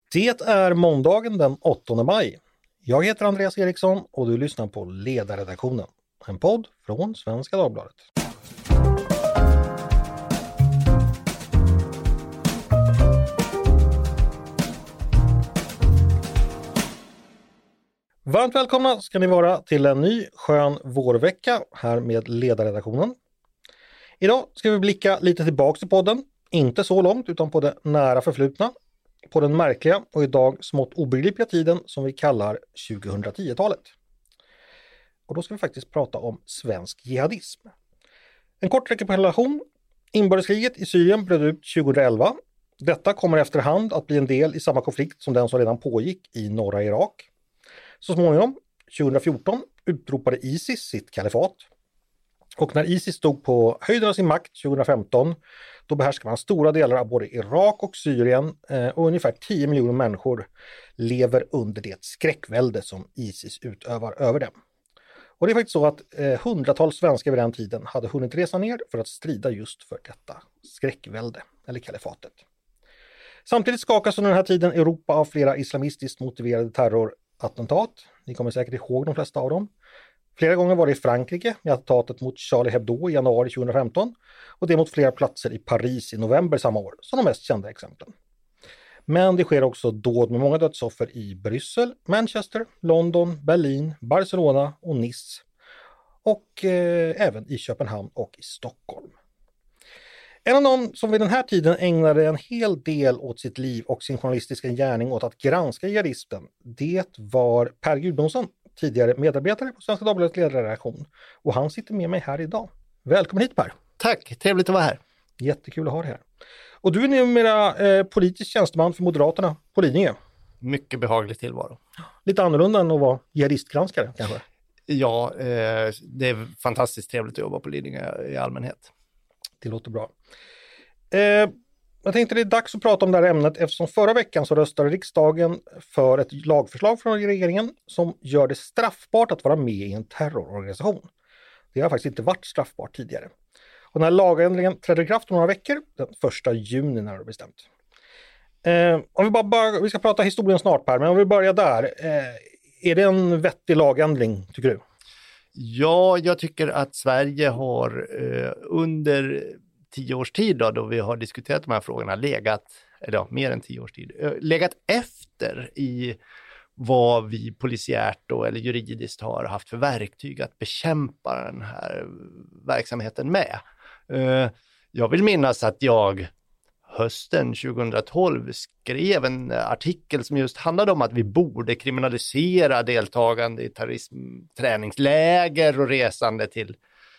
Det är måndagen den 8 maj. Jag heter Andreas Eriksson och du lyssnar på Ledarredaktionen, en podd från Svenska Dagbladet. Varmt välkomna ska ni vara till en ny skön vårvecka här med Ledarredaktionen. Idag ska vi blicka lite tillbaka till podden, inte så långt utan på det nära förflutna. På den märkliga och idag smått obegripliga tiden som vi kallar 2010-talet. Och då ska vi faktiskt prata om svensk jihadism. En kort rekapitulation. Inbördeskriget i Syrien bröt ut 2011. Detta kommer efterhand att bli en del i samma konflikt som den som redan pågick i norra Irak. Så småningom, 2014, utropade ISIS sitt kalifat. Och när ISIS stod på höjden av sin makt 2015, då behärskar man stora delar av både Irak och Syrien och ungefär 10 miljoner människor lever under det skräckvälde som ISIS utövar över dem. Och det är faktiskt så att hundratals svenskar vid den tiden hade hunnit resa ner för att strida just för detta skräckvälde, eller kalifatet. Samtidigt skakas under den här tiden Europa av flera islamistiskt motiverade terrorattentat. Ni kommer säkert ihåg de flesta av dem. Flera gånger var det i Frankrike med attentatet mot Charlie Hebdo i januari 2015 och det mot flera platser i Paris i november samma år som de mest kända exemplen. Men det sker också dåd med många dödsoffer i Bryssel, Manchester, London, Berlin, Barcelona och Nice och även i Köpenhamn och i Stockholm. En av dem som vid den här tiden ägnade en hel del åt sitt liv och sin journalistiska gärning åt att granska jihadisten, det var Per Gudmundsson, tidigare medarbetare på Svenska Dagbladets ledarredaktion. Och han sitter med mig här idag. Välkommen hit Per! Tack, trevligt att vara här. Jättekul att ha dig här. Och du är numera politisk tjänsteman för Moderaterna på Lidingö. Mycket behaglig tillvaro. Lite annorlunda än att vara jihadistgranskare kanske? Ja, det är fantastiskt trevligt att jobba på Lidingö i allmänhet. Det låter bra. Jag tänkte det är dags att prata om det här ämnet eftersom förra veckan så röstade riksdagen för ett lagförslag från regeringen som gör det straffbart att vara med i en terrororganisation. Det har faktiskt inte varit straffbart tidigare. Och den här lagändringen trädde i kraft om några veckor, den 1 juni när det bestämt. Om vi ska prata historien snart Per, men om vi börjar där. Är det en vettig lagändring tycker du? Ja, jag tycker att Sverige har under 10 års tid då vi har diskuterat de här frågorna mer än 10 års tid, legat efter i vad vi polisiärt då, eller juridiskt har haft för verktyg att bekämpa den här verksamheten med. Jag vill minnas att jag hösten 2012 skrev en artikel som just handlade om att vi borde kriminalisera deltagande i terrorismträningsläger och resande till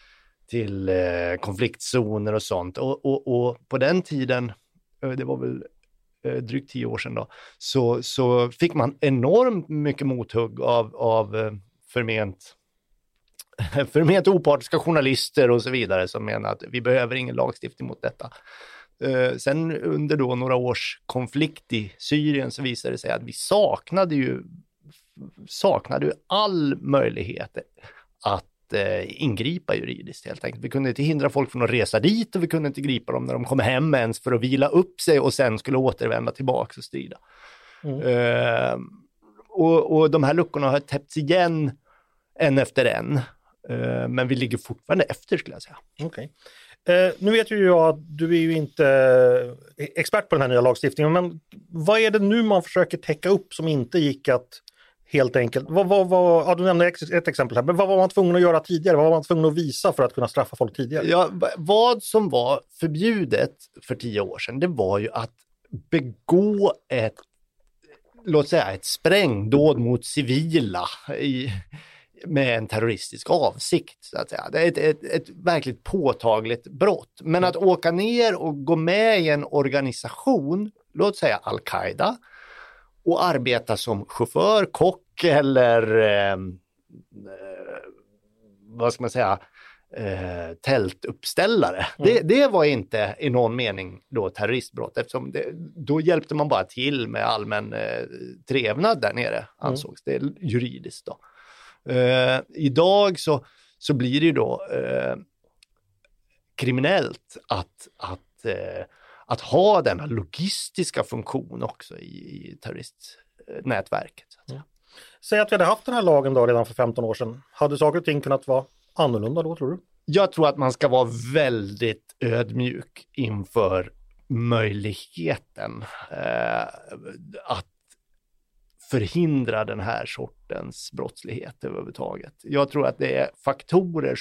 konfliktzoner och sånt. Och på den tiden, det var väl drygt 10 år sedan då, så fick man enormt mycket mothugg av förment opartiska journalister och så vidare som menar att vi behöver ingen lagstiftning mot detta. Sen under då några års konflikt i Syrien så visade det sig att vi saknade ju all möjlighet att ingripa juridiskt helt enkelt. Vi kunde inte hindra folk från att resa dit och vi kunde inte gripa dem när de kom hem ens för att vila upp sig och sen skulle återvända tillbaka och strida. Och de här luckorna har täppts igen en efter en. Men vi ligger fortfarande efter skulle jag säga. Okej. Nu vet ju jag att du är ju inte expert på den här nya lagstiftningen, men vad är det nu man försöker täcka upp som inte gick att helt enkelt? Du nämnde ett exempel här, men vad var man tvungen att göra tidigare? Vad var man tvungen att visa för att kunna straffa folk tidigare? Ja, vad som var förbjudet för 10 år sedan, det var ju att begå ett sprängdåd mot civila med en terroristisk avsikt så att säga. Det är ett verkligt påtagligt brott. Men att åka ner och gå med i en organisation, låt säga Al-Qaida, och arbeta som chaufför, kock eller tältuppställare. Det var inte i någon mening då terroristbrott eftersom då hjälpte man bara till med allmän trevnad där nere ansågs det juridiskt då. Idag så blir det ju då kriminellt att ha denna logistiska funktion också i terroristnätverket. Så att säga. Säg att vi hade haft den här lagen då redan för 15 år sedan. Hade saker och ting kunnat vara annorlunda då, tror du? Jag tror att man ska vara väldigt ödmjuk inför möjligheten att förhindra den här sortens brottslighet överhuvudtaget. Jag tror att det är faktorer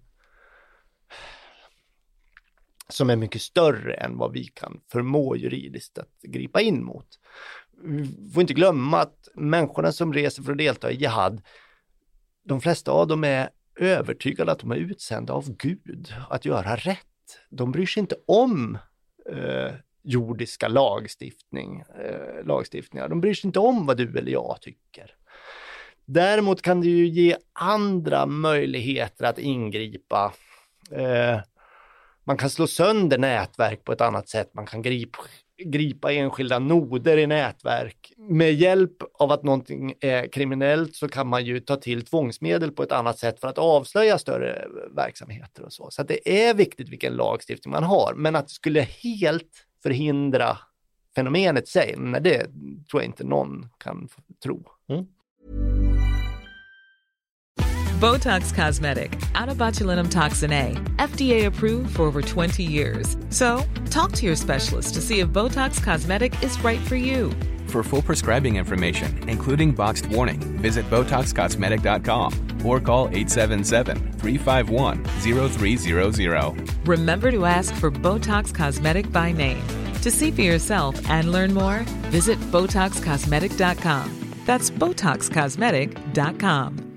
som är mycket större än vad vi kan förmå juridiskt att gripa in mot. Vi får inte glömma att människorna som reser för att delta i jihad, de flesta av dem är övertygade att de är utsända av Gud att göra rätt. De bryr sig inte om jordiska lagstiftningar. De bryr sig inte om vad du eller jag tycker. Däremot kan det ju ge andra möjligheter att ingripa. Man kan slå sönder nätverk på ett annat sätt. Man kan gripa enskilda noder i nätverk. Med hjälp av att någonting är kriminellt så kan man ju ta till tvångsmedel på ett annat sätt för att avslöja större verksamheter och så. Så att det är viktigt vilken lagstiftning man har. Men att det skulle helt förhindra fenomenet sig, nej, det tror jag inte någon kan tro. Botox Cosmetic, out of botulinum toxin A, FDA approved for over 20 years. So, talk to your specialist to see if Botox Cosmetic is right for you. For full prescribing information, including boxed warning, visit BotoxCosmetic.com or call 877-351-0300. Remember to ask for Botox Cosmetic by name. To see for yourself and learn more, visit BotoxCosmetic.com. That's BotoxCosmetic.com.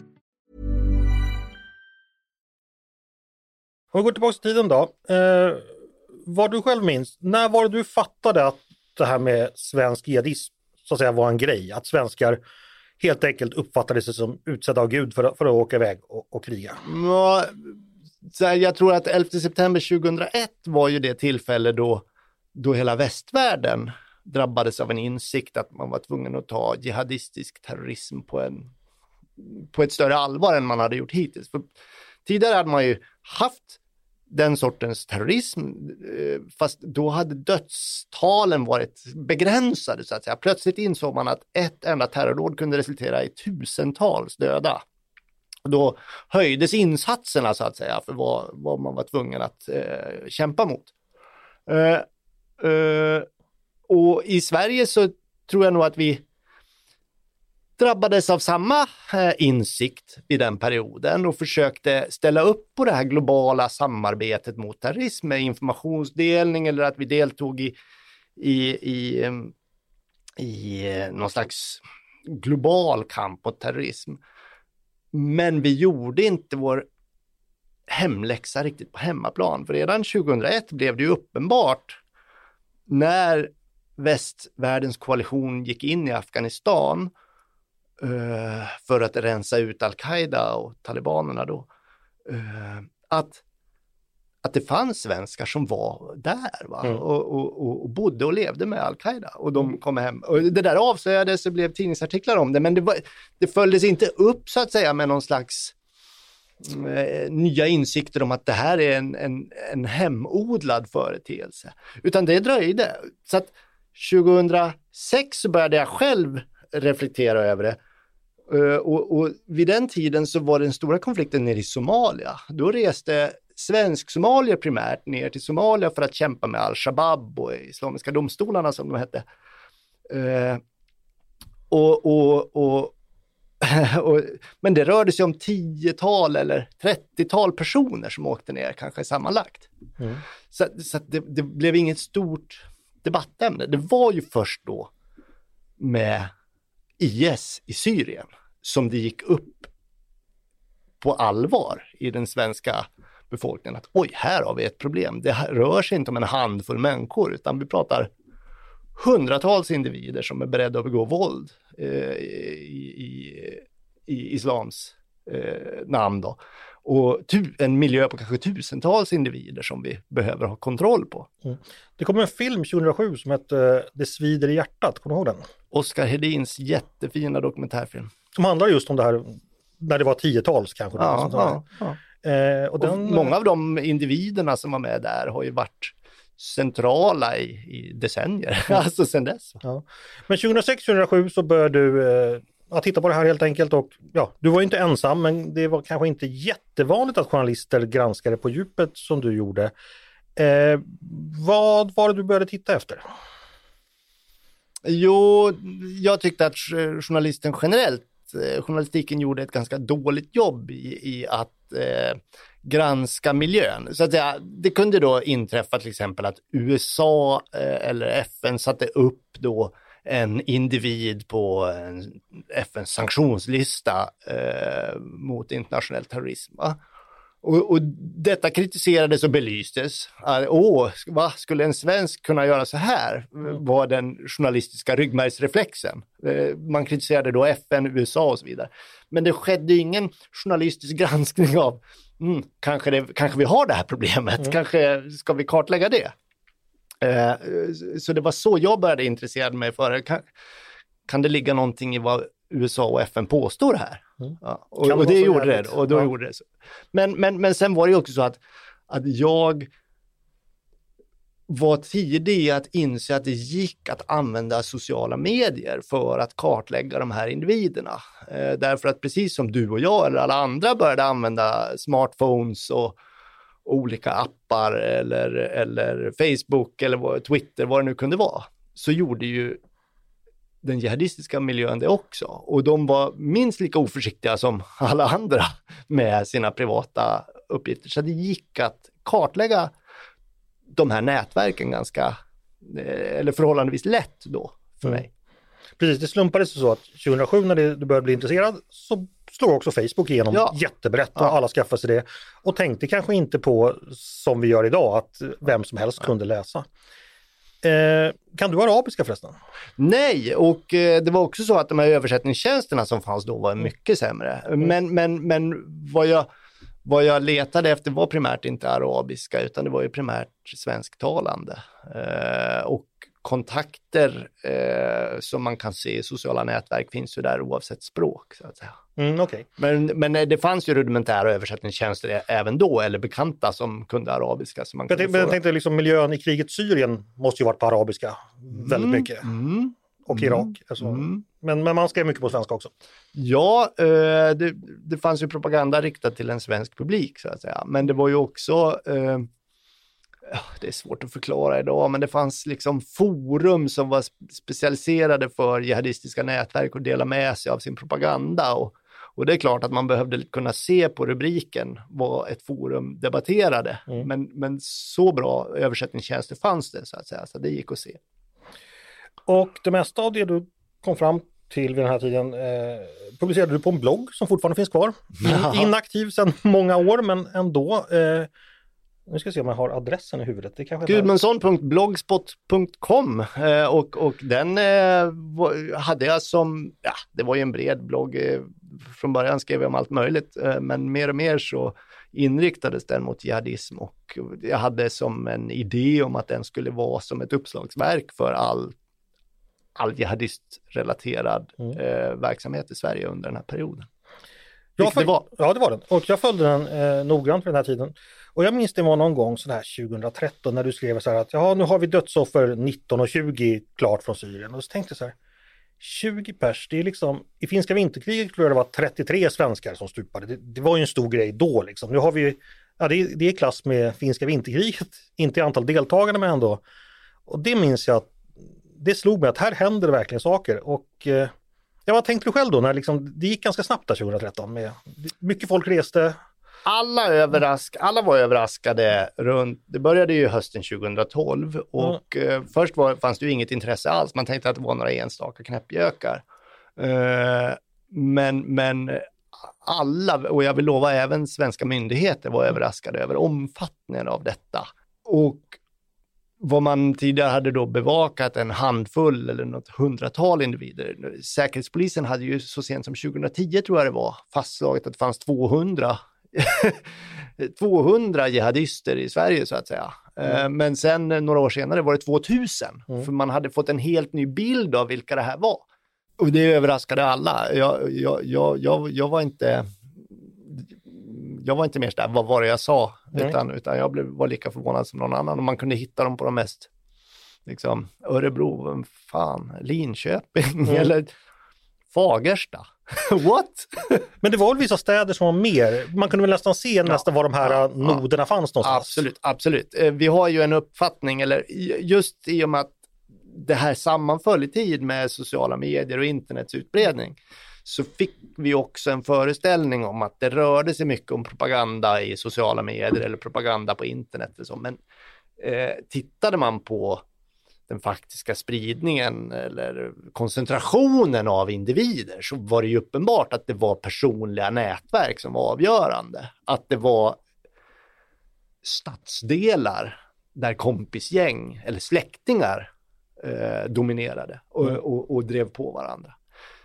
Om vi går tillbaka till tiden då. Vad du själv minns, när var det du fattade att det här med svensk jihadism så att säga var en grej? Att svenskar helt enkelt uppfattade sig som utsedda av Gud för att åka iväg och kriga? Ja, så här, jag tror att 11 september 2001 var ju det tillfälle då hela västvärlden drabbades av en insikt att man var tvungen att ta jihadistisk terrorism på ett större allvar än man hade gjort hittills. För tidigare hade man ju haft den sortens terrorism, fast då hade dödstalen varit begränsade så att säga. Plötsligt insåg man att ett enda terrordåd kunde resultera i tusentals döda. Då höjdes insatserna så att säga för vad man var tvungen att kämpa mot. Och i Sverige så tror jag nog att vi drabbades av samma insikt i den perioden och försökte ställa upp på det här globala samarbetet mot terrorism med informationsdelning eller att vi deltog i någon slags global kamp mot terrorism. Men vi gjorde inte vår hemläxa riktigt på hemmaplan. För redan 2001 blev det ju uppenbart när västvärldens koalition gick in i Afghanistan för att rensa ut Al-Qaida och talibanerna då, att det fanns svenskar som var där va? Och bodde och levde med Al-Qaida och de kom hem och det där avslöjades och blev tidningsartiklar om det, men det följdes inte upp så att säga med någon slags nya insikter om att det här är en hemodlad företeelse, utan det dröjde. Så att 2006 så började jag själv reflektera över det. Och vid den tiden så var den stora konflikten nere i Somalia. Då reste svensk-somalier primärt ner till Somalia för att kämpa med Al-Shabaab och islamiska domstolarna som de hette. Men det rörde sig om 10-tal eller 30-tal personer som åkte ner kanske sammanlagt. Så det blev inget stort debattämne. Det var ju först då med IS i Syrien som det gick upp på allvar i den svenska befolkningen att oj, här har vi ett problem. Det rör sig inte om en handfull människor utan vi pratar hundratals individer som är beredda att begå våld i islams namn då. Och en miljö på kanske tusentals individer som vi behöver ha kontroll på. Det kom en film 2007 som hette Det svider i hjärtat, kommer du ihåg den? Oskar Hedins jättefina dokumentärfilm. Som handlar just om det här när det var 10-tals kanske. Ja. Och många av de individerna som var med där har ju varit centrala i decennier, alltså sen dess. Ja. Men 2006-2007 så började du titta på det här helt enkelt och du var inte ensam, men det var kanske inte jättevanligt att journalister granskade på djupet som du gjorde. Vad var det du började titta efter? Jo, jag tyckte att journalistiken gjorde ett ganska dåligt jobb i att granska miljön. Så att säga, det kunde då inträffa till exempel att USA eller FN satte upp då en individ på en FNs sanktionslista mot internationell terrorism. Och detta kritiserades och belystes. Skulle en svensk kunna göra så här? Var den journalistiska ryggmärgsreflexen. Man kritiserade då FN, USA och så vidare. Men det skedde ingen journalistisk granskning av kanske vi har det här problemet. Kanske ska vi kartlägga det. Så det var så jag började intressera mig för det. Kan det ligga någonting i vad USA och FN påstår här? Ja, och det gjorde det. Och då gjorde det så. Men sen var det ju också så att jag var tidig i att inse att det gick att använda sociala medier för att kartlägga de här individerna. Därför att precis som du och jag eller alla andra började använda smartphones och olika appar eller Facebook eller Twitter, vad det nu kunde vara, så gjorde ju den jihadistiska miljön det också. Och de var minst lika oförsiktiga som alla andra med sina privata uppgifter. Så det gick att kartlägga de här nätverken ganska, eller förhållandevis lätt då för mig. Precis, det slumpades så att 2007 när du började bli intresserad så slog också Facebook igenom jättebrett och alla skaffade sig det. Och tänkte kanske inte på, som vi gör idag, att vem som helst kunde läsa. Kan du arabiska förresten? Nej, och det var också så att de här översättningstjänsterna som fanns då var mycket sämre. Men vad jag letade efter var primärt inte arabiska, utan det var ju primärt svensktalande. Och kontakter som man kan se i sociala nätverk finns ju där oavsett språk, så att säga. Okay. Men det fanns ju rudimentära översättningstjänster även då, eller bekanta som kunde arabiska. Så man jag tänkte liksom miljön i kriget Syrien måste ju varit på arabiska väldigt mycket. Och Irak. Alltså. Men man skrev mycket på svenska också. Ja, det fanns ju propaganda riktad till en svensk publik, så att säga. Men det var ju också... det är svårt att förklara idag, men det fanns liksom forum som var specialiserade för jihadistiska nätverk och dela med sig av sin propaganda. Och det är klart att man behövde kunna se på rubriken vad ett forum debatterade. Men så bra översättningstjänster fanns det, så att säga, så det gick att se. Och det mesta av det du kom fram till vid den här tiden publicerade du på en blogg som fortfarande finns kvar. Inaktiv sedan många år, men ändå... Nu ska jag se om jag har adressen i huvudet. Gudmundsson.blogspot.com och den hade jag som, det var ju en bred blogg. Från början skrev jag om allt möjligt, men mer och mer så inriktades den mot jihadism, och jag hade som en idé om att den skulle vara som ett uppslagsverk för all jihadistrelaterad verksamhet i Sverige under den här perioden. Ja, det var den. Och jag följde den noggrant för den här tiden. Och jag minns det var någon gång sådär 2013 när du skrev så här att nu har vi dödsoffer 19 och 20 klart från Syrien. Och så tänkte jag så här, 20 pers, det är liksom, i finska vinterkriget tror jag det var 33 svenskar som stupade. Det var ju en stor grej då liksom. Nu har vi, det är klass med finska vinterkriget, inte i antal deltagare men ändå. Och det minns jag att det slog mig att här händer det verkligen saker. Och vad tänkte du själv då när liksom, det gick ganska snabbt där 2013 med mycket folk reste? Alla var överraskade det började ju hösten 2012 och först fanns det ju inget intresse alls. Man tänkte att det var några enstaka knäppjökar. Men alla, och jag vill lova även svenska myndigheter, var överraskade över omfattningen av detta. Och vad man tidigare hade då bevakat en handfull eller något 100-tal individer. Säkerhetspolisen hade ju så sent som 2010 tror jag det var fastslaget att det fanns 200 jihadister i Sverige så att säga. Men sen några år senare var det 2000. För man hade fått en helt ny bild av vilka det här var. Och det överraskade alla. Jag var inte... jag var inte mer där, vad var det jag sa? Utan jag var lika förvånad som någon annan. Och man kunde hitta dem på de mest, liksom, Örebro, Linköping eller Fagersta. What? Men det var väl vissa städer som var mer. Man kunde väl nästan se nästan var de här noderna fanns någonstans. Absolut. Vi har ju en uppfattning, eller just i och med att det här sammanföll i tid med sociala medier och internets utbredning, så fick vi också en föreställning om att det rörde sig mycket om propaganda i sociala medier eller propaganda på internet. Och så. Men tittade man på den faktiska spridningen eller koncentrationen av individer, så var det ju uppenbart att det var personliga nätverk som var avgörande. Att det var stadsdelar där kompisgäng eller släktingar dominerade och drev på varandra.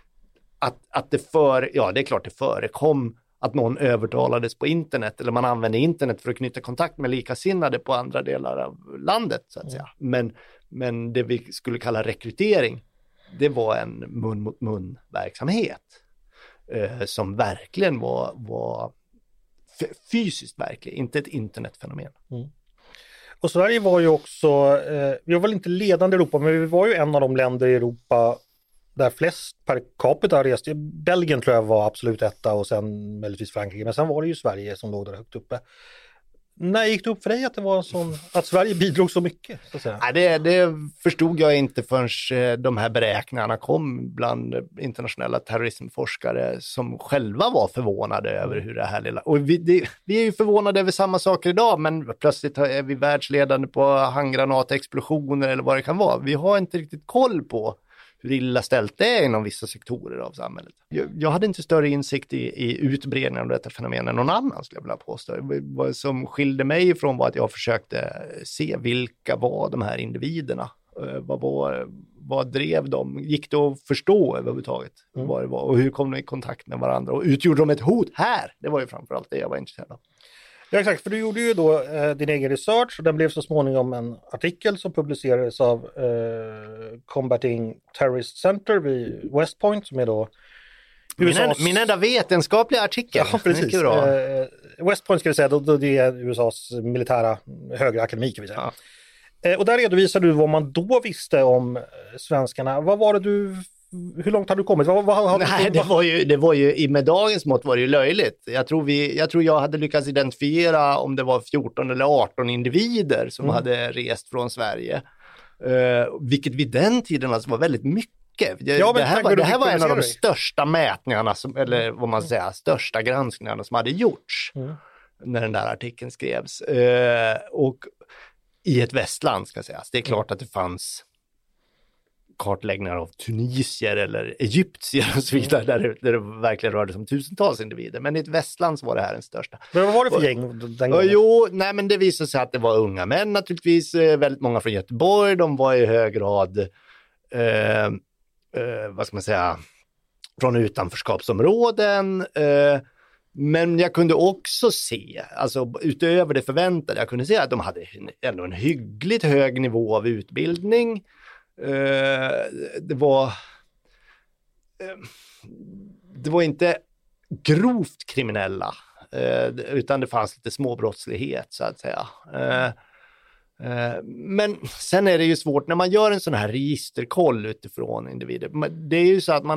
Att det det är klart det förekom att någon övertalades på internet, eller man använde internet för att knyta kontakt med likasinnade på andra delar av landet, så att säga. Men det vi skulle kalla rekrytering, det var en mun mot mun verksamhet som verkligen var fysiskt verklig, inte ett internetfenomen. Och Sverige var ju också, vi var väl inte ledande i Europa, men vi var ju en av de länder i Europa där flest per capita reste. Belgien tror jag var absolut etta, och sen möjligtvis Frankrike, men sen var det ju Sverige som låg där högt uppe. När gick det upp för dig att det var att Sverige bidrog så mycket? Så att säga? Nej, det förstod jag inte förrän de här beräkningarna kom bland internationella terrorismforskare som själva var förvånade över hur det här lilla... Och vi är ju förvånade över samma saker idag, men plötsligt är vi världsledande på handgranatexplosioner eller vad det kan vara. Vi har inte riktigt koll på hur illa ställt det är inom vissa sektorer av samhället. Jag hade inte större insikt i utbredningen av detta fenomen än någon annan, skulle jag vilja påstå. Vad som skilde mig ifrån var att jag försökte se vilka var de här individerna. Vad drev dem? Gick det att förstå överhuvudtaget vad det var? Och hur kom de i kontakt med varandra? Och utgjorde de ett hot här? Det var ju framförallt det jag var intresserad av. Ja, exakt, för du gjorde ju då din egen research, och den blev så småningom en artikel som publicerades av Combating Terrorist Center vid West Point, som är då min enda vetenskapliga artikel. Ja, precis. West Point ska vi säga, det är USAs militära högre akademi, kan vi säga. Ja. Och där redovisar du vad man då visste om svenskarna. Vad var det hur långt har du kommit? Det var ju med dagens mått var det ju löjligt. Jag tror jag hade lyckats identifiera om det var 14 eller 18 individer som hade rest från Sverige. Vilket vid den tiden alltså var väldigt mycket. Det här var en av de största mätningarna, eller vad man säger, största granskningarna som hade gjorts när den där artikeln skrevs. Och i ett västland, ska sägas. Det är klart att det fanns kartläggningar av tunisier eller egyptier och så vidare, där det verkligen rörde sig om tusentals individer. Men i ett västland så var det här den största. Men vad var det för gäng den gången? Men det visade sig att det var unga män naturligtvis, väldigt många från Göteborg. De var i hög grad, vad ska man säga, från utanförskapsområden. Men jag kunde också se, alltså utöver det förväntade, jag kunde se att de hade ändå en hyggligt hög nivå av utbildning. Det var inte grovt kriminella, utan det fanns lite småbrottslighet, så att säga. Men sen är det ju svårt när man gör en sån här registerkoll utifrån individer. Det är ju så att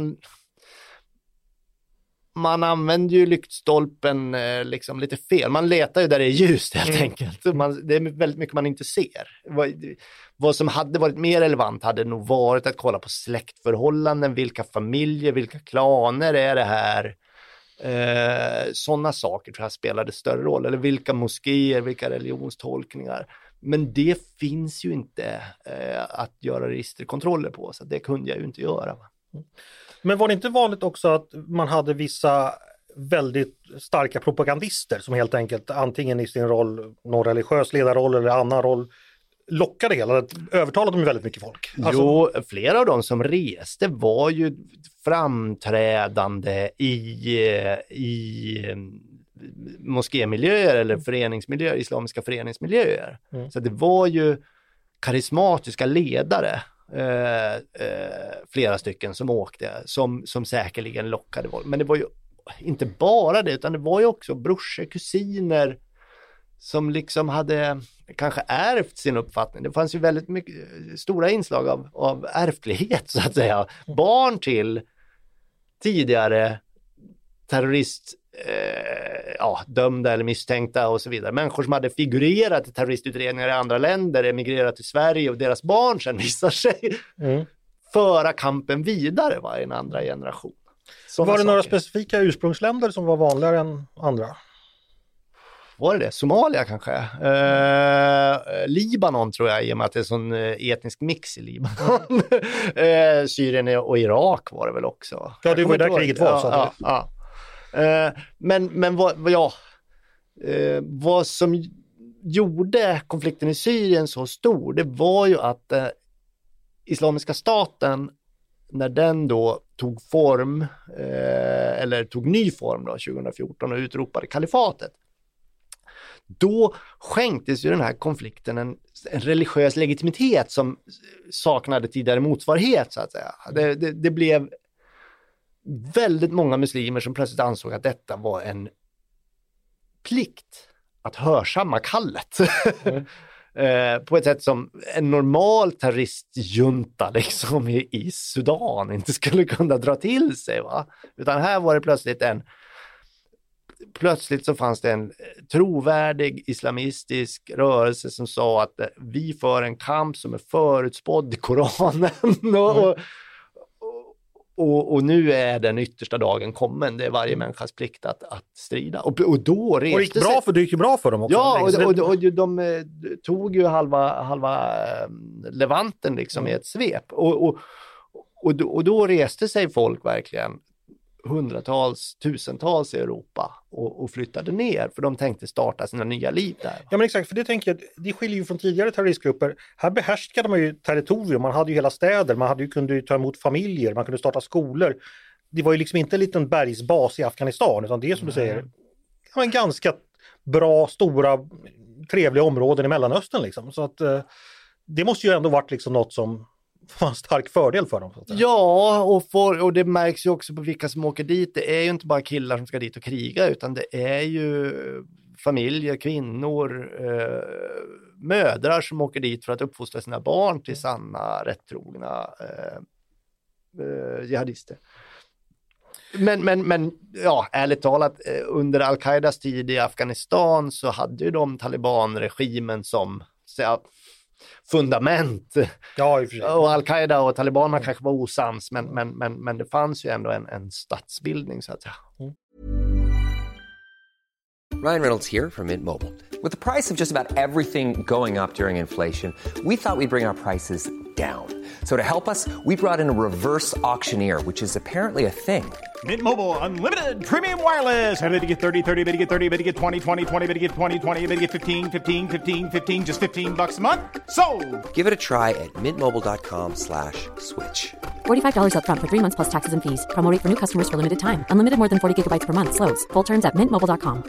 man använder ju lyktstolpen liksom lite fel. Man letar ju där det är ljust, helt enkelt. Det är väldigt mycket man inte ser. Vad som hade varit mer relevant hade nog varit att kolla på släktförhållanden, vilka familjer, vilka klaner är det här. Sådana saker tror jag spelade större roll. Eller vilka moskéer, vilka religionstolkningar. Men det finns ju inte att göra registerkontroller på, så det kunde jag ju inte göra. Men var det inte vanligt också att man hade vissa väldigt starka propagandister som helt enkelt antingen i sin roll, någon religiös ledarroll eller annan roll, lockade hela, övertalade de väldigt mycket folk? Jo, flera av dem som reste var ju framträdande i moskémiljöer eller föreningsmiljöer, islamiska föreningsmiljöer. Så det var ju karismatiska ledare, flera stycken som åkte, som säkerligen lockade folk. Men det var ju inte bara det, utan det var ju också brorsor, kusiner som liksom hade kanske ärvt sin uppfattning. Det fanns ju väldigt mycket stora inslag av ärftlighet så att säga. Barn till tidigare terrorist dömda eller misstänkta och så vidare. Människor som hade figurerat i terroristutredningar i andra länder, emigrerat till Sverige och deras barn sen visar sig föra kampen vidare i en andra generation. Var det några specifika ursprungsländer som var vanligare än andra? Var det? Somalia kanske? Libanon tror jag, i och med att det är sån etnisk mix i Libanon. Syrien och Irak var det väl också. Ja, det var där kriget var. Men vad som gjorde konflikten i Syrien så stor, det var ju att Islamiska staten, när den då tog form, eller tog ny form då 2014 och utropade kalifatet, då skänktes ju den här konflikten en religiös legitimitet som saknade tidigare motsvarighet så att säga. Det blev väldigt många muslimer som plötsligt ansåg att detta var en plikt att hörsamma kallet. På ett sätt som en normal terroristjunta liksom i Sudan inte skulle kunna dra till sig. Utan här var det plötsligt så fanns det en trovärdig islamistisk rörelse som sa att vi för en kamp som är förutspådd i Koranen och nu är den yttersta dagen kommen. Det är varje människas plikt att strida. Och då reste det gick ju bra för dem också. Ja, och de tog ju halva Levanten liksom i ett svep. Och då reste sig folk verkligen hundratals, tusentals i Europa och flyttade ner, för de tänkte starta sina nya liv där. Ja men exakt, för det tänker jag, det skiljer ju från tidigare terroristgrupper. Här behärskade man ju territorium, man hade ju hela städer, kunde ju ta emot familjer, man kunde starta skolor. Det var ju liksom inte en liten bergsbas i Afghanistan, utan det är som du säger, en ganska bra, stora, trevliga områden i Mellanöstern liksom. Så att det måste ju ändå varit liksom något som var en stark fördel för dem. Så att säga. Ja, och det märks ju också på vilka som åker dit. Det är ju inte bara killar som ska dit och kriga, utan det är ju familjer, kvinnor, mödrar som åker dit för att uppfostra sina barn till sanna, rättrogna jihadister. Men ja, ärligt talat, under Al-Qaidas tid i Afghanistan så hade ju de talibanregimen som fundament. Ja, i och för sig. Och Al-Qaida och talibanerna kanske var osams, men det fanns ju ändå en statsbildning så att säga. Ryan Reynolds here from Mint Mobile. With the price of just about everything going up during inflation, we thought we'd bring our prices down. So to help us, we brought in a reverse auctioneer, which is apparently a thing. Mint Mobile Unlimited Premium Wireless. How to get 30, 30, bit to get 30, bit to get 20, 20, 20, bit to get 20, 20, bit to get 15, 15, 15, 15, just $15 a month? Sold! Give it a try at mintmobile.com/switch. $45 up front for 3 months plus taxes and fees. Promo rate for new customers for limited time. Unlimited more than 40 gigabytes per month. Slows full terms at mintmobile.com.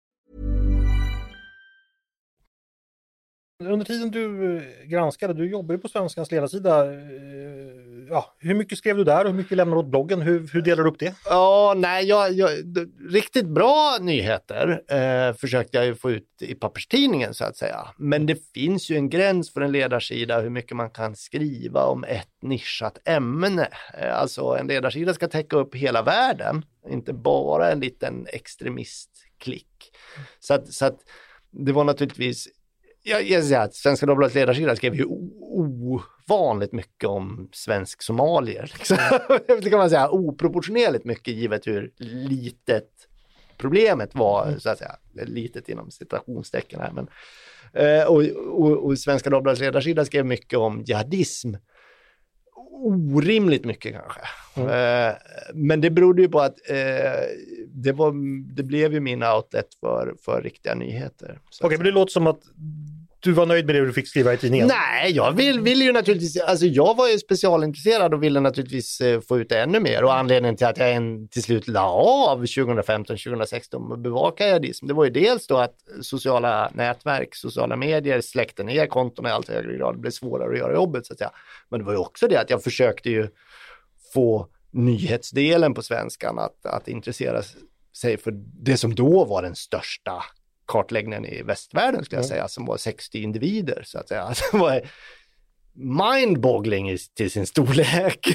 Under tiden du granskade, du jobbar ju på Svenskans ledarsida. Hur mycket skrev du där och hur mycket lämnar du åt bloggen? Hur delar du upp det? Ja, nej, riktigt bra nyheter försökte jag ju få ut i papperstidningen så att säga. Men det finns ju en gräns för en ledarsida hur mycket man kan skriva om ett nischat ämne. Alltså en ledarsida ska täcka upp hela världen, inte bara en liten extremistklick. Så att det var naturligtvis... Jag säger att Svenska Dagbladets ledarsida skrev ju ovanligt mycket om svensk somalier. Liksom. Det kan man säga oproportionerligt mycket givet hur litet problemet var, så att säga. Litet inom citationstecken här. Men, och Svenska Dagbladets ledarsida skrev mycket om jihadism. Orimligt mycket kanske. Men det berodde ju på att det blev ju min outlet för riktiga nyheter. Okej, men det låter som att du var nöjd med det du fick skriva i tidningen. Nej, jag vill ju naturligtvis, alltså jag var ju specialintresserad och ville naturligtvis få ut ännu mer, och anledningen till att jag till slut la av 2015-2016 och bevaka jihadism, det var ju dels då att sociala nätverk, sociala medier släckte ner konton i allt högre grad, det blev svårare att göra jobbet så att säga. Men det var ju också det att jag försökte ju få nyhetsdelen på Svenskan att intressera sig för det som då var den största kartläggningen i västvärlden skulle jag säga, som var 60 individer så att säga. Det var mindboggling till sin storlek.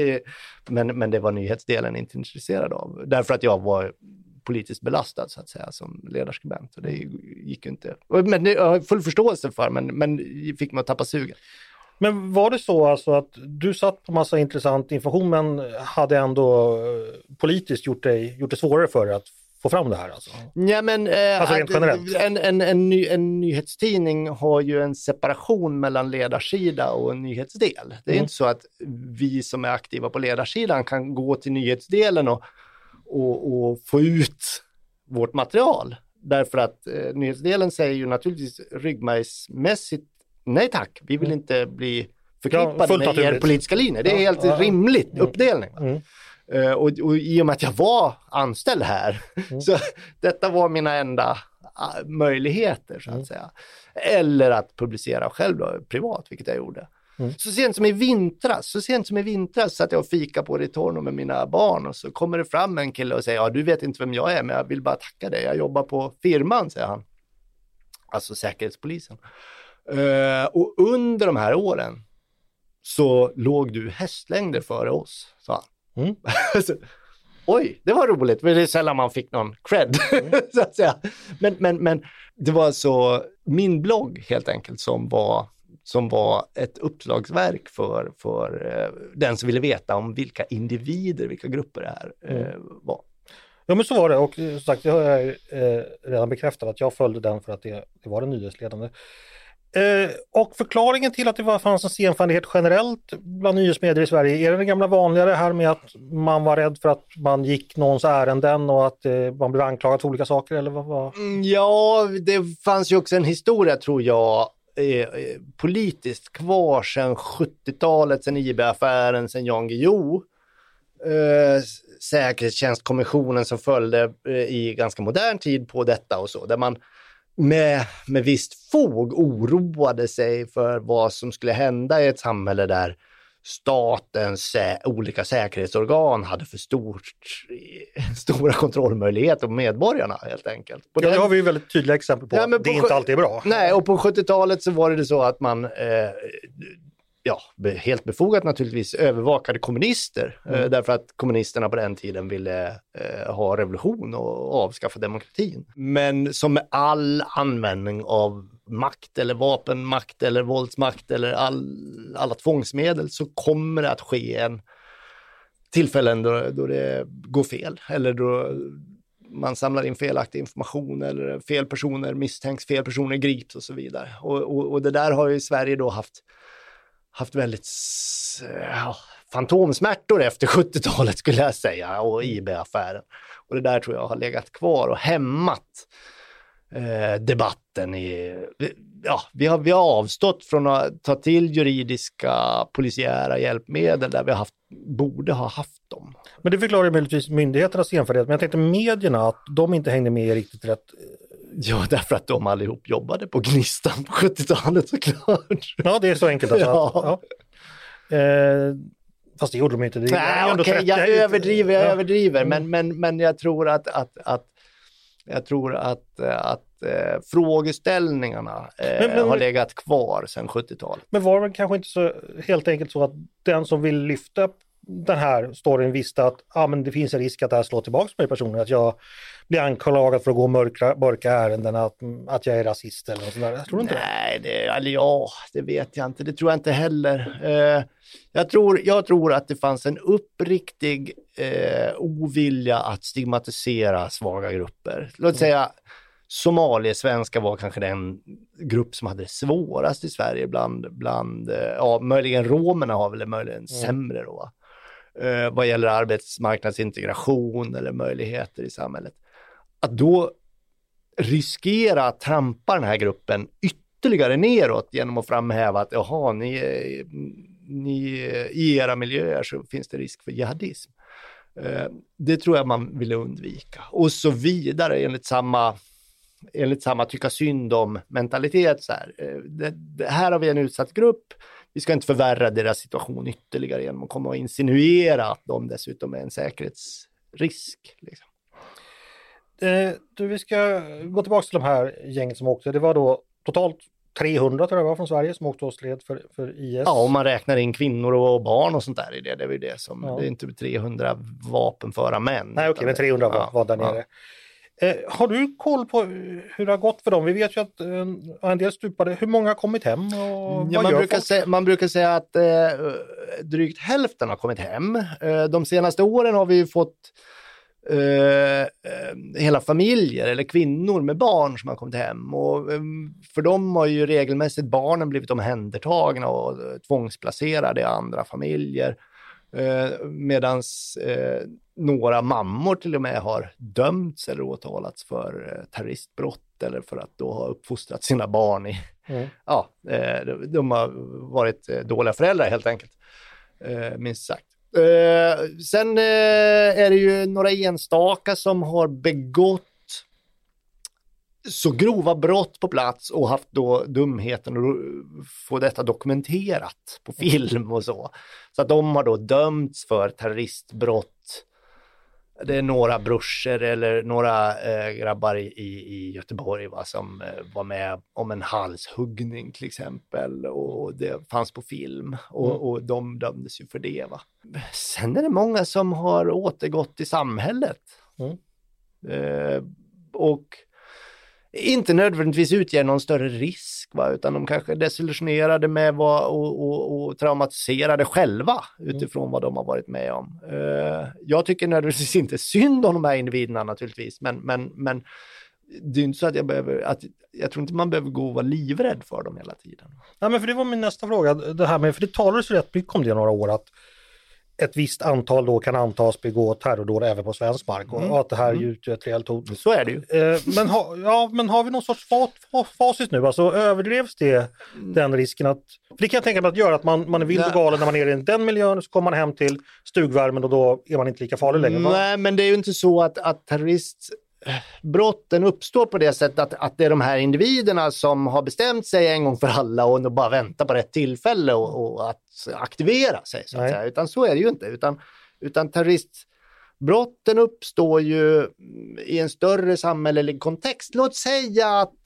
men det var nyhetsdelen inte intresserad av. Därför att jag var politiskt belastad så att säga som ledarskribent. Och det gick ju inte. Men det har jag full förståelse för, men fick man tappa sugen. Men var det så alltså att du satt på massa intressant information men hade ändå politiskt gjort det svårare för dig att få fram det här alltså? Ja, men alltså rent generellt. En nyhetstidning har ju en separation mellan ledarsida och en nyhetsdel. Det är inte så att vi som är aktiva på ledarsidan kan gå till nyhetsdelen och få ut vårt material. Därför att nyhetsdelen säger ju naturligtvis ryggmärgsmässigt nej tack, vi vill inte bli förknippade med er politiska linje. Det är helt rimligt uppdelning. Och i och med att jag var anställd här så detta var mina enda möjligheter så att säga. Eller att publicera själv då, privat, vilket jag gjorde. Så sent som i vintras satt jag och fika på Ritorno med mina barn och så kommer det fram en kille och säger du vet inte vem jag är men jag vill bara tacka dig. Jag jobbar på firman, säger han. Alltså Säkerhetspolisen. Och under de här åren så låg du hästlängder före oss, sa han. Så, oj, det var roligt. Men det är sällan man fick någon cred, så att säga. Men det var så min blogg helt enkelt som var ett uppslagsverk för den som ville veta om vilka individer, vilka grupper det här var. Ja, men så var det, och som sagt, jag har redan bekräftat att jag följde den för att det var den nyhetsledande. Och förklaringen till att det fanns en senfärdighet generellt bland nyhetsmedier i Sverige, är det gamla vanligare här med att man var rädd för att man gick någons ärenden och att man blev anklagad för olika saker, eller vad? Ja, det fanns ju också en historia, tror jag, politiskt kvar sedan 70-talet, sedan IB-affären, sedan Jan Guillou. Säkerhetstjänstkommissionen som följde i ganska modern tid på detta och så, där man med visst fog oroade sig för vad som skulle hända i ett samhälle där statens olika säkerhetsorgan hade för stora kontrollmöjligheter på medborgarna helt enkelt. Det har vi ju väldigt tydliga exempel på att det inte alltid är bra. Nej, och på 70-talet så var det så att man helt befogat naturligtvis övervakade kommunister därför att kommunisterna på den tiden ville ha revolution och avskaffa demokratin. Men som med all användning av makt eller vapenmakt eller våldsmakt eller alla tvångsmedel så kommer det att ske en tillfällen då det går fel eller då man samlar in felaktig information eller fel personer misstänks, fel personer grips och så vidare. Och det där har ju Sverige då haft väldigt fantomsmärtor efter 70-talet skulle jag säga och IB-affären. Och det där tror jag har legat kvar och hämmat debatten vi har avstått från att ta till juridiska polisiära hjälpmedel där vi borde ha haft dem. Men det förklarar möjligtvis myndigheternas senfärdighet, men jag tänkte medierna att de inte hängde med riktigt rätt. Ja, därför att de allihop jobbade på Gnistan på 70-talet såklart. Ja, det är så enkelt alltså. Ja. Fast det gjorde de inte. Jag överdriver. Men jag tror att frågeställningarna har legat kvar sedan 70-talet. Men var det kanske inte så helt enkelt så att den som vill lyfta den här storyn visste att men det finns en risk att det här slår tillbaka på mig personligen, att jag blir anklagad för att gå och mörka ärenden, att jag är rasist eller något sånt där. Jag tror inte det vet jag inte. Det tror jag inte heller. Jag tror att det fanns en uppriktig ovilja att stigmatisera svaga grupper. Låt säga somaliesvenska var kanske den grupp som hade det svårast i Sverige bland möjligen romerna har väl möjligen sämre då. Vad gäller arbetsmarknadsintegration eller möjligheter i samhället. Att då riskera att trampa den här gruppen ytterligare neråt genom att framhäva att ni i era miljöer så finns det risk för jihadism. Det tror jag man ville undvika. Och så vidare enligt samma tycka synd om mentalitet. Så här. Här har vi en utsatt grupp. vi ska inte förvärra deras situation ytterligare genom att komma och insinuera att de dessutom är en säkerhetsrisk. Liksom. Vi ska gå tillbaka till de här gänget som åkte. Det var då totalt 300 tror jag var från Sverige som åkte och sled för IS. Ja, om man räknar in kvinnor och barn och sånt där i det. Det är ju det som, det är inte 300 vapenföra män. Nej, okej, men 300 var där nere. Har du koll på hur det har gått för dem? Vi vet ju att en del stupade. Hur många har kommit hem? Och Man brukar säga att drygt hälften har kommit hem. De senaste åren har vi ju fått hela familjer eller kvinnor med barn som har kommit hem. Och för dem har ju regelmässigt barnen blivit omhändertagna och tvångsplacerade i andra familjer. Medans några mammor till och med har dömts eller åtalats för terroristbrott eller för att då ha uppfostrat sina barn i de har varit dåliga föräldrar helt enkelt, minst sagt. Sen är det ju några enstaka som har begått så grova brott på plats och haft då dumheten att få detta dokumenterat på film och så. Så att de har då dömts för terroristbrott. Det är några brorsor eller några grabbar i Göteborg som var med om en halshuggning till exempel. Och det fanns på film och de dömdes ju för det. Va? Sen är det många som har återgått till samhället. Och inte nödvändigtvis utgör någon större risk, va? Utan de kanske är desillusionerade med och traumatiserade själva utifrån vad de har varit med om. Jag tycker nödvändigtvis inte synd om de här individerna naturligtvis, men det är inte så att jag tror inte man behöver gå och vara livrädd för dem hela tiden. Ja, men för det var min nästa fråga, det här med, för det talades ju rätt mycket om det några år, att ett visst antal då kan antas begå terrordåd även på svensk mark och att det här utgör ett reellt hot. Så är det ju. Men har vi någon sorts facit nu? Alltså överdrevs den risken att, för det kan jag tänka mig att göra att man är vild och galen när man är i den miljön, så kommer man hem till stugvärmen och då är man inte lika farlig längre. Nej, men det är ju inte så att terroristbrotten uppstår på det sättet att det är de här individerna som har bestämt sig en gång för alla och bara väntar på rätt tillfälle och att aktivera sig så att säga. Utan så är det ju inte. Utan terroristbrotten uppstår ju i en större samhällelig kontext. Låt säga att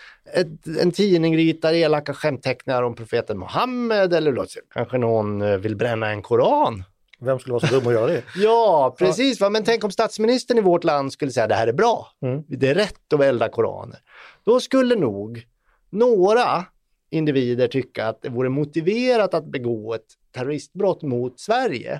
en tidning ritar elaka skämtteckningar om profeten Muhammed, eller låt säga kanske någon vill bränna en koran. Vem skulle vara så dum att göra det? Ja, precis. Va? Men tänk om statsministern i vårt land skulle säga det här är bra. Det är rätt att elda koraner. Då skulle nog några individer tycka att det vore motiverat att begå ett terroristbrott mot Sverige.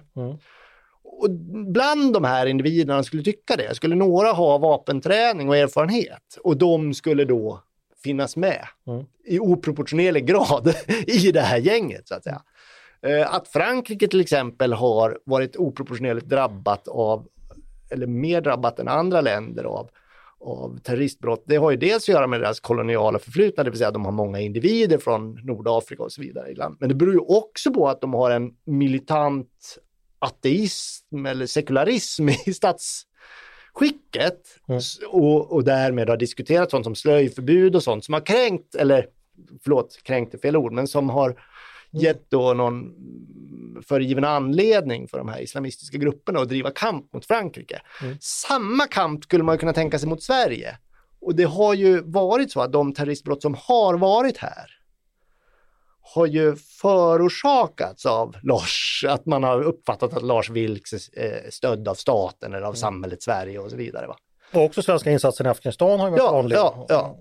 Och bland de här individerna skulle tycka det. Skulle några ha vapenträning och erfarenhet. Och de skulle då finnas med i oproportionerlig grad i det här gänget så att säga. Att Frankrike till exempel har varit oproportionerligt drabbat av, eller mer drabbat än andra länder av terroristbrott, det har ju dels att göra med deras koloniala förflutna, det vill säga att de har många individer från Nordafrika och så vidare i land. Men det beror ju också på att de har en militant ateism eller sekularism i statsskicket och därmed har diskuterat sånt som slöjförbud och sånt som har kränkt är fel ord, men som har gett då någon föregiven anledning för de här islamistiska grupperna att driva kamp mot Frankrike. Samma kamp skulle man kunna tänka sig mot Sverige. Och det har ju varit så att de terroristbrott som har varit här har ju förorsakats av Lars, att man har uppfattat att Lars Vilks är stödd av staten eller av samhället Sverige och så vidare. Va? Och också svenska insatser i Afghanistan har ju varit vanliga. Ja.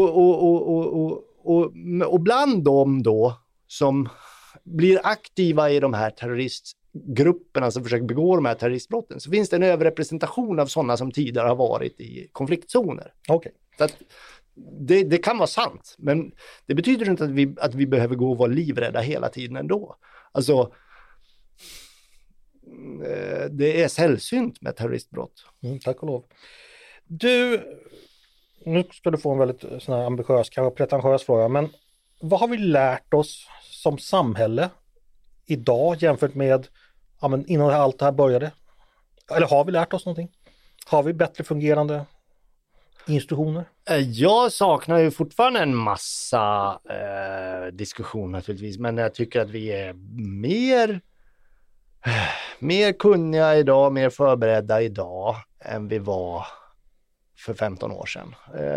Och bland dem då som blir aktiva i de här terroristgrupperna som försöker begå de här terroristbrotten, så finns det en överrepresentation av sådana som tidigare har varit i konfliktzoner. Okay. Så att det kan vara sant, men det betyder inte att vi behöver gå och vara livrädda hela tiden ändå. Alltså, det är sällsynt med terroristbrott. Tack och lov. Nu ska du få en väldigt sån här ambitiös, kanske pretentiös fråga, men vad har vi lärt oss som samhälle idag jämfört med innan allt det här började? Eller har vi lärt oss någonting? Har vi bättre fungerande institutioner? Jag saknar ju fortfarande en massa diskussion naturligtvis, men jag tycker att vi är mer kunniga idag, mer förberedda idag än vi var för 15 år sedan.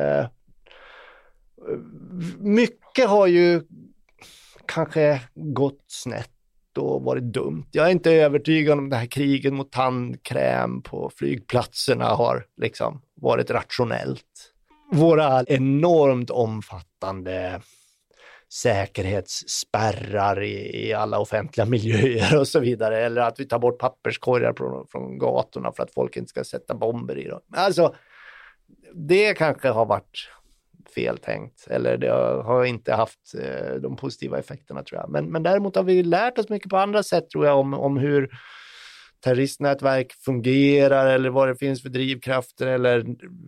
Mycket har ju kanske gått snett och varit dumt. Jag är inte övertygad om det här kriget mot tandkräm på flygplatserna har liksom varit rationellt. Våra enormt omfattande säkerhetsspärrar i alla offentliga miljöer och så vidare. Eller att vi tar bort papperskorgar från gatorna för att folk inte ska sätta bomber i dem. Alltså, det kanske har varit feltänkt. Eller det har inte haft de positiva effekterna, tror jag. Men däremot har vi lärt oss mycket på andra sätt, tror jag, om hur terroristnätverk fungerar eller vad det finns för drivkrafter eller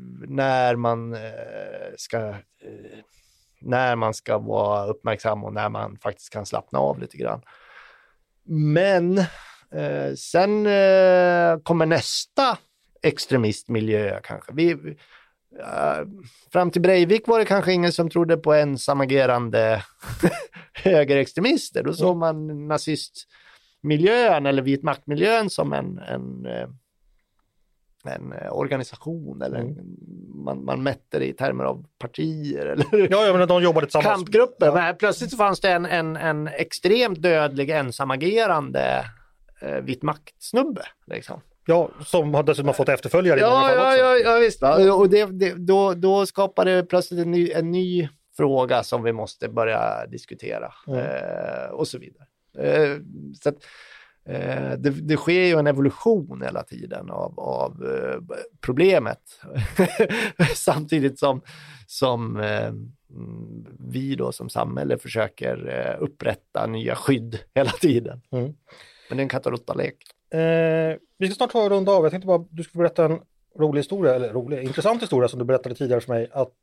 när man ska vara uppmärksam och när man faktiskt kan slappna av lite grann. Men sen kommer nästa extremistmiljö kanske. Fram till Breivik var det kanske ingen som trodde på ensamagerande högerextremister. Då såg man nazistmiljön eller vitmaktmiljön som en organisation eller man mätte det i termer av partier eller ja, men de jobbade tillsammans. Kampgrupper. Men plötsligt så fanns det en extremt dödlig ensamagerande vitmaktsnubbe liksom. Ja, som har dessutom fått efterföljare i många fall också. Ja, visst. Och då skapade det plötsligt en ny fråga som vi måste börja diskutera och så vidare. Så att, det sker ju en evolution hela tiden av problemet samtidigt som vi då som samhälle försöker upprätta nya skydd hela tiden. Men det är en katt och råtta-lek. Vi ska snart ta en runda av. Jag tänkte bara du skulle berätta en intressant historia som du berättade tidigare för mig att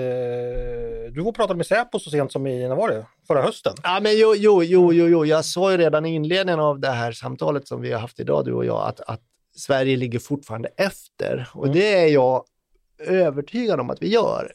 du var pratade med Säpo så sent som förra hösten. Ja, men jo. Jag sa ju redan i inledningen av det här samtalet som vi har haft idag, du och jag, att Sverige ligger fortfarande efter. Och det är jag övertygad om att vi gör.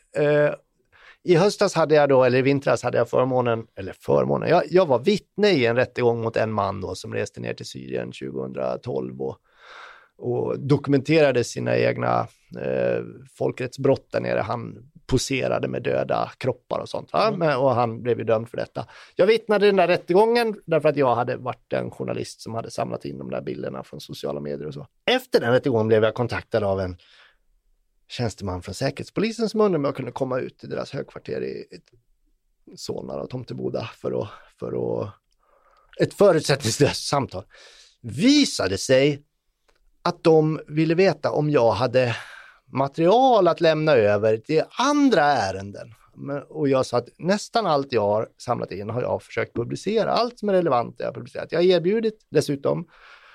I höstas hade jag då, eller i vintras hade jag förmånen, jag var vittne i en rättegång mot en man då som reste ner till Syrien 2012 och dokumenterade sina egna folkrättsbrott där nere. Han poserade med döda kroppar och sånt. Och han blev ju dömd för detta. Jag vittnade den där rättegången därför att jag hade varit en journalist som hade samlat in de där bilderna från sociala medier och så. Efter den rättegången blev jag kontaktad av en tjänsteman från Säkerhetspolisen som undrade om jag kunde komma ut till deras högkvarter i Solna och Tomteboda för att ett förutsättningslöst samtal. Visade sig att de ville veta om jag hade material att lämna över till andra ärenden. Och jag sa att nästan allt jag har samlat in har jag försökt publicera. Allt som är relevant jag har publicerat. Jag har erbjudit dessutom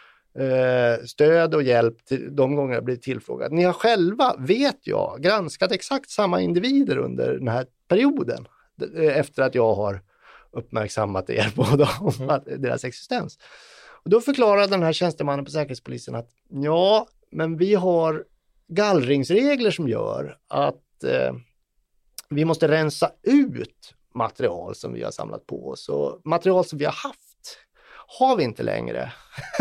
stöd och hjälp till de gånger jag blir tillfrågad. Ni har själva, vet jag, granskat exakt samma individer under den här perioden efter att jag har uppmärksammat er på deras existens. Och då förklarade den här tjänstemannen på Säkerhetspolisen att ja, men vi har gallringsregler som gör att vi måste rensa ut material som vi har samlat på oss. Och material som vi har haft har vi inte längre.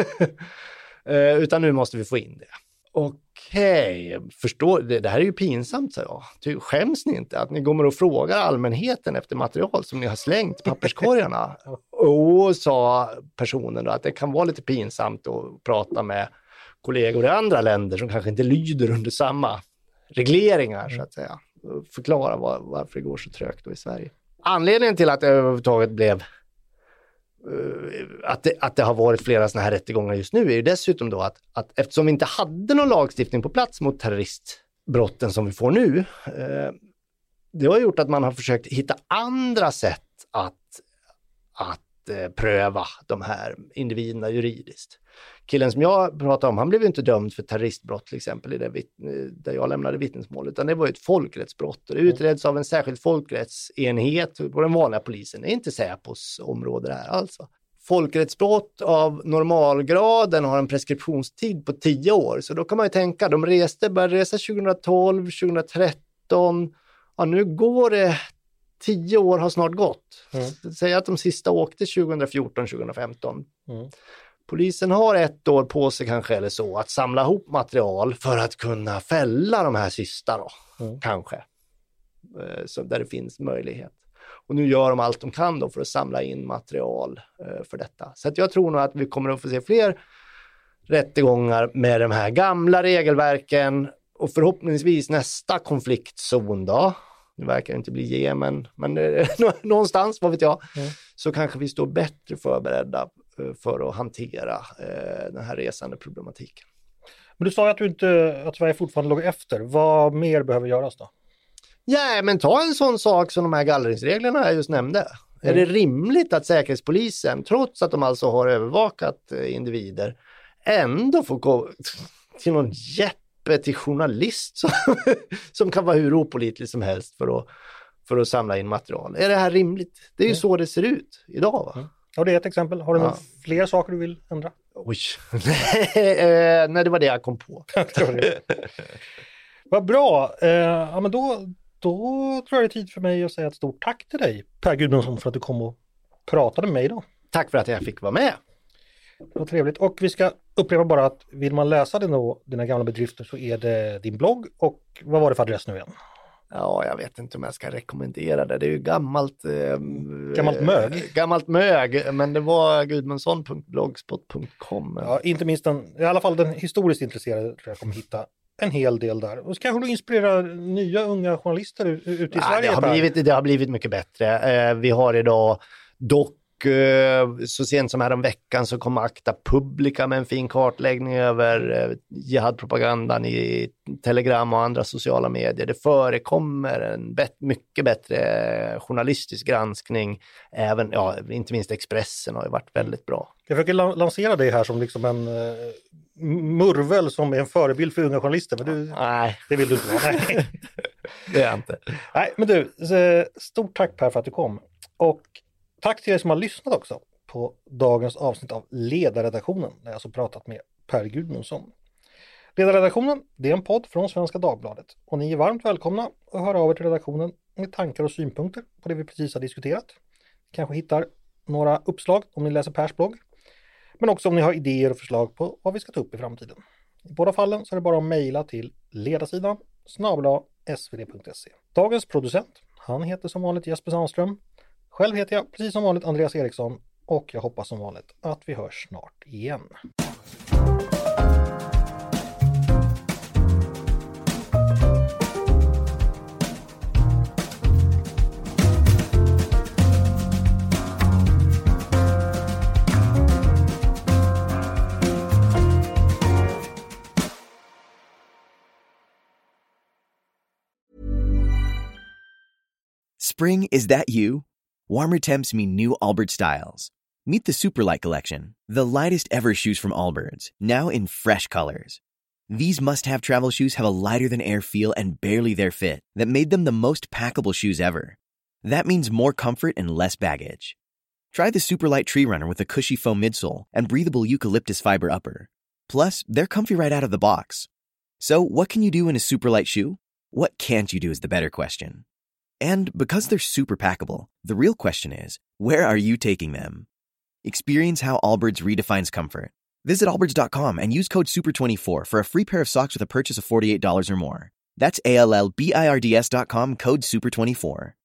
Utan nu måste vi få in det. Okej, förstår, det här är ju pinsamt, sa jag. Skäms ni inte att ni kommer och frågar allmänheten efter material som ni har slängt i papperskorgarna? Och sa personen då att det kan vara lite pinsamt att prata med kollegor i andra länder som kanske inte lyder under samma regleringar, så att säga. Förklara varför det går så trögt då i Sverige. Anledningen till att det överhuvudtaget blev att det har varit flera såna här rättegångar just nu är ju dessutom då att eftersom vi inte hade någon lagstiftning på plats mot terroristbrotten som vi får nu, det har gjort att man har försökt hitta andra sätt att pröva de här individerna juridiskt. Killen som jag pratade om, han blev ju inte dömd för terroristbrott till exempel där jag lämnade vittnesmål, utan det var ett folkrättsbrott och det utreds av en särskild folkrättsenhet på den vanliga polisen. Det är inte Säpos område det här alltså. Folkrättsbrott av normalgraden har en preskriptionstid på 10 år, så då kan man ju tänka, de började resa 2012, 2013 2015, ja nu går det 10 år har snart gått. Säg att de sista åkte 2014-2015. Polisen har 1 år på sig kanske eller så att samla ihop material för att kunna fälla de här sista då. Kanske. Så där det finns möjlighet. Och nu gör de allt de kan då för att samla in material för detta. Så att jag tror nog att vi kommer att få se fler rättegångar med de här gamla regelverken och förhoppningsvis nästa konfliktzon då. Det verkar inte bli Jemen, men någonstans, vad vet jag, så kanske vi står bättre förberedda för att hantera den här resande problematiken. Men du sa ju att Sverige fortfarande låg efter. Vad mer behöver göras då? Ja, men ta en sån sak som de här gallringsreglerna jag just nämnde. Är det rimligt att Säkerhetspolisen, trots att de alltså har övervakat individer, ändå får gå till någon till journalist som kan vara hur opålitlig som helst för att samla in material? Är det här rimligt? Det är ju så det ser ut idag, va? Ja, det är ett exempel. Har du några fler saker du vill ändra? Oj. Nej, det var det jag kom på. Vad bra. Ja, men då tror jag det är tid för mig att säga ett stort tack till dig, Per Gudmundsson, för att du kom och pratade med mig idag. Tack för att jag fick vara med. Vad trevligt. Och vi ska upprepa bara att vill man läsa dina gamla bedrifter så är det din blogg. Och vad var det för adress nu igen? Ja, jag vet inte om jag ska rekommendera det. Det är ju gammalt mög. Gammalt mög, men det var gudmundsson.blogspot.com. Ja, inte minst i alla fall den historiskt intresserade tror jag kommer hitta en hel del där. Och så kanske du inspirerar nya unga journalister ute i Sverige. Det har blivit mycket bättre. Vi har idag dock så sent som här om veckan så kommer Acta Publica med en fin kartläggning över jihadpropagandan i Telegram och andra sociala medier. Det förekommer en mycket bättre journalistisk granskning. Även, inte minst Expressen har ju varit väldigt bra. Jag försöker lansera dig här som liksom en murvel som är en förebild för unga journalister. Men nej. Det vill du inte vara. Nej. Det är jag inte. Nej, men du, stort tack Per för att du kom. Och tack till er som har lyssnat också på dagens avsnitt av Ledarredaktionen där jag alltså pratat med Per Gudmundsson. Ledarredaktionen, det är en podd från Svenska Dagbladet och ni är varmt välkomna att höra av er till redaktionen med tankar och synpunkter på det vi precis har diskuterat. Kanske hittar några uppslag om ni läser Pers blogg, men också om ni har idéer och förslag på vad vi ska ta upp i framtiden. I båda fallen så är det bara att mejla till ledarsidan @svd.se. Dagens producent, han heter som vanligt Jesper Sandström. Själv heter jag precis som vanligt Andreas Eriksson och jag hoppas som vanligt att vi hörs snart igen. Spring, is that you? Warmer temps mean new Allbirds styles. Meet the Superlight Collection, the lightest ever shoes from Allbirds, now in fresh colors. These must-have travel shoes have a lighter-than-air feel and barely their fit that made them the most packable shoes ever. That means more comfort and less baggage. Try the Superlight Tree Runner with a cushy foam midsole and breathable eucalyptus fiber upper. Plus, they're comfy right out of the box. So, what can you do in a Superlight shoe? What can't you do is the better question. And because they're super packable, the real question is, where are you taking them? Experience how Allbirds redefines comfort. Visit allbirds.com and use code SUPER24 for a free pair of socks with a purchase of $48 or more. That's ALLBIRDS.com, code SUPER24.